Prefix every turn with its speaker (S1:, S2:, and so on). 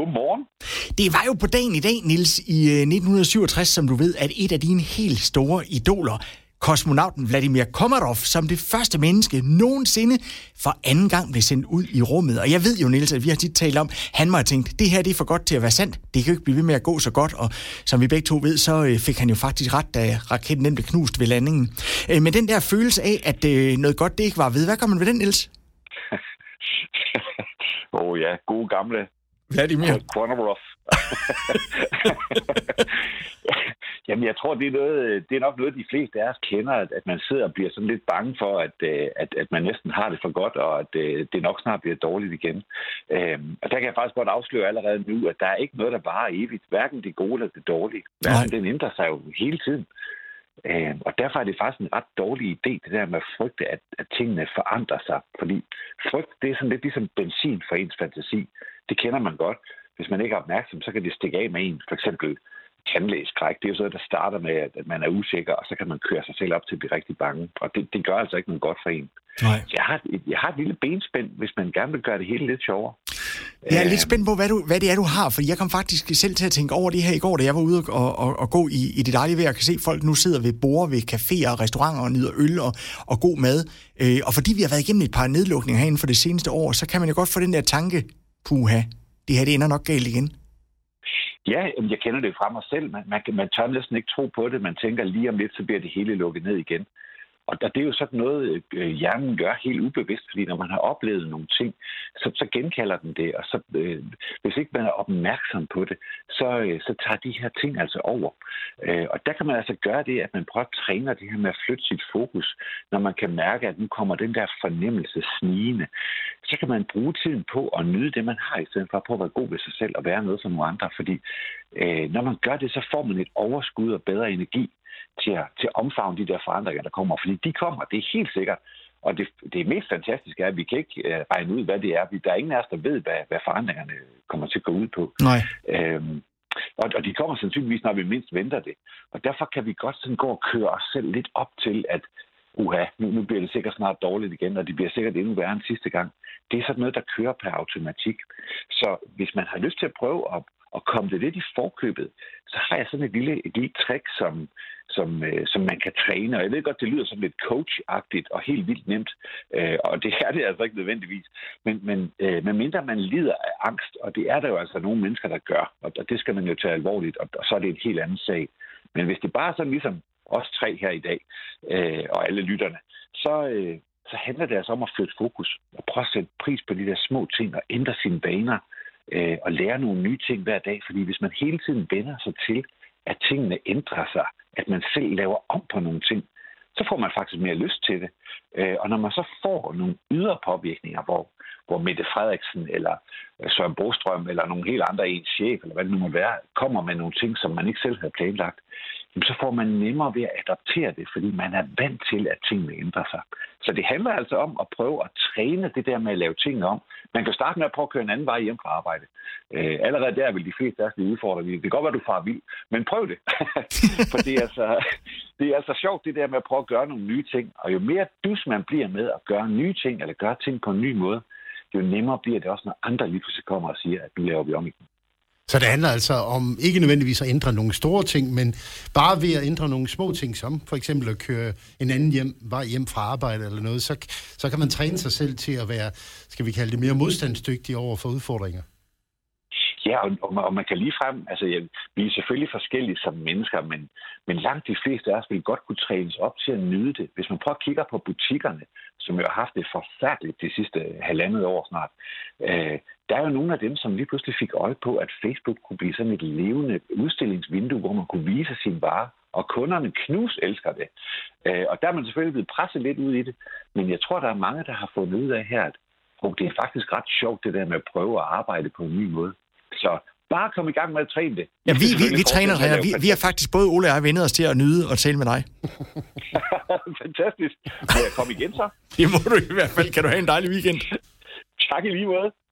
S1: Godmorgen.
S2: Det var jo på dagen i dag, Niels, i 1967, som du ved, at et af dine helt store idoler, kosmonauten Vladimir Komarov, som det første menneske nogensinde for anden gang blev sendt ud i rummet. Og jeg ved jo, Niels, at vi har tit talt om, han må have tænkt, det her det er for godt til at være sandt. Det kan jo ikke blive ved med at gå så godt. Og som vi begge to ved, så fik han jo faktisk ret, da raketten den blev knust ved landingen. Men den der følelse af, at noget godt det ikke var ved, hvad gør man ved den, Niels?
S1: Ja, gode gamle
S2: Vladimir
S1: Komarov. Jamen, jeg tror, det er nok noget, de fleste af os kender, at man sidder og bliver sådan lidt bange for, at man næsten har det for godt, og at det nok snart bliver dårligt igen. Og der kan jeg faktisk godt afsløre allerede nu, at der er ikke noget, der varer evigt. Hverken det gode eller det dårlige. Verden, den ændrer sig jo hele tiden. Og derfor er det faktisk en ret dårlig idé, det der med at frygte, at tingene forandrer sig. Fordi frygt, det er sådan lidt ligesom benzin for ens fantasi. Det kender man godt. Hvis man ikke er opmærksom, så kan det stikke af med en. For eksempel tandlægeskræk. Det er jo sådan, der starter med, at man er usikker, og så kan man køre sig selv op til at blive rigtig bange. Og det gør altså ikke noget godt for en.
S2: Nej.
S1: Jeg har et lille benspænd, hvis man gerne vil gøre det hele lidt sjovere.
S2: Jeg er lidt spændt på, hvad det er, du har, for jeg kom faktisk selv til at tænke over det her i går, da jeg var ude og gå i det dejlige vejr. Jeg kan se, at folk nu sidder ved borde, ved caféer og restauranter og nyder øl og god mad. Og fordi vi har været igennem et par nedlukninger herinde for det seneste år, så kan man jo godt få den der tanke, puha, det her det ender nok galt igen.
S1: Ja, jeg kender det fra mig selv. Man tør næsten ikke tro på det. Man tænker lige om lidt, så bliver det hele lukket ned igen. Og det er jo sådan noget, hjernen gør helt ubevidst, fordi når man har oplevet nogle ting, så genkalder den det. Og så, hvis ikke man er opmærksom på det, så tager de her ting altså over. Og der kan man altså gøre det, at man prøver at træne det her med at flytte sit fokus, når man kan mærke, at nu kommer den der fornemmelse snigende. Så kan man bruge tiden på at nyde det, man har, i stedet for at være god ved sig selv og være noget som nogle andre. Fordi når man gør det, så får man et overskud og bedre energi til at omfavne de der forandringer, der kommer. Fordi de kommer, det er helt sikkert. Og det mest fantastiske er, at vi kan ikke regne ud, hvad det er. Der er ingen af os, der ved, hvad forandringerne kommer til at gå ud på.
S2: Nej.
S1: Og de kommer sandsynligvis, når vi mindst venter det. Og derfor kan vi godt sådan gå og køre os selv lidt op til, at nu bliver det sikkert snart dårligt igen, og det bliver sikkert endnu værre end sidste gang. Det er sådan noget, der kører per automatik. Så hvis man har lyst til at prøve at komme det lidt i forkøbet, så har jeg sådan et lille trick, som man kan træne. Og jeg ved godt, det lyder som lidt coach-agtigt og helt vildt nemt. Og det er det altså ikke nødvendigvis. Men mindre man lider af angst, og det er der jo altså nogle mennesker, der gør. Og det skal man jo tage alvorligt, og så er det en helt anden sag. Men hvis det bare er sådan ligesom os tre her i dag, og alle lytterne, så handler det altså om at flytte fokus og prøve at sætte pris på de der små ting og ændre sine vaner og lære nogle nye ting hver dag. Fordi hvis man hele tiden vender sig til, at tingene ændrer sig, at man selv laver om på nogle ting, så får man faktisk mere lyst til det. Og når man så får nogle ydre påvirkninger, hvor Mette Frederiksen eller Søren Brostrøm eller nogle helt andre ens chef, eller hvad det nu må være, kommer med nogle ting, som man ikke selv havde planlagt, så får man nemmere ved at adaptere det, fordi man er vant til, at tingene ændrer sig. Så det handler altså om at prøve at træne det der med at lave tingene om. Man kan starte med at prøve at køre en anden vej hjem fra arbejde. Allerede der vil de fleste af os blive udfordret. Det kan godt være, du farer vild, men prøv det. For det er altså sjovt, det der med at prøve at gøre nogle nye ting. Og jo mere dus man bliver med at gøre nye ting, eller gøre ting på en ny måde, jo nemmere bliver det også, når andre lige pludselig kommer og siger, at nu laver vi om igen.
S3: Så det handler altså om ikke nødvendigvis at ændre nogle store ting, men bare ved at ændre nogle små ting, som for eksempel at køre en anden vej hjem fra arbejde eller noget, så kan man træne sig selv til at være, skal vi kalde det, mere modstandsdygtig over for udfordringer.
S1: Ja, og man kan ligefrem, altså vi er selvfølgelig forskellige som mennesker, men langt de fleste af os vil godt kunne trænes op til at nyde det. Hvis man prøver at kigge på butikkerne, som jo har haft det forfærdeligt de sidste 1,5 år snart, der er jo nogle af dem, som lige pludselig fik øje på, at Facebook kunne blive sådan et levende udstillingsvindue, hvor man kunne vise sine varer, og kunderne elsker det. Og der er man selvfølgelig blevet presset lidt ud i det, men jeg tror, der er mange, der har fundet ud af her, at det er faktisk ret sjovt, det der med at prøve at arbejde på en ny måde. Så bare kom i gang med at træne det.
S2: Ja, vi træner det her. Vi har faktisk både Ole og jeg vendet os til at nyde og tale med dig.
S1: Fantastisk. Må jeg komme igen så?
S2: Det må du i hvert fald. Kan du have en dejlig weekend?
S1: Tak i lige måde.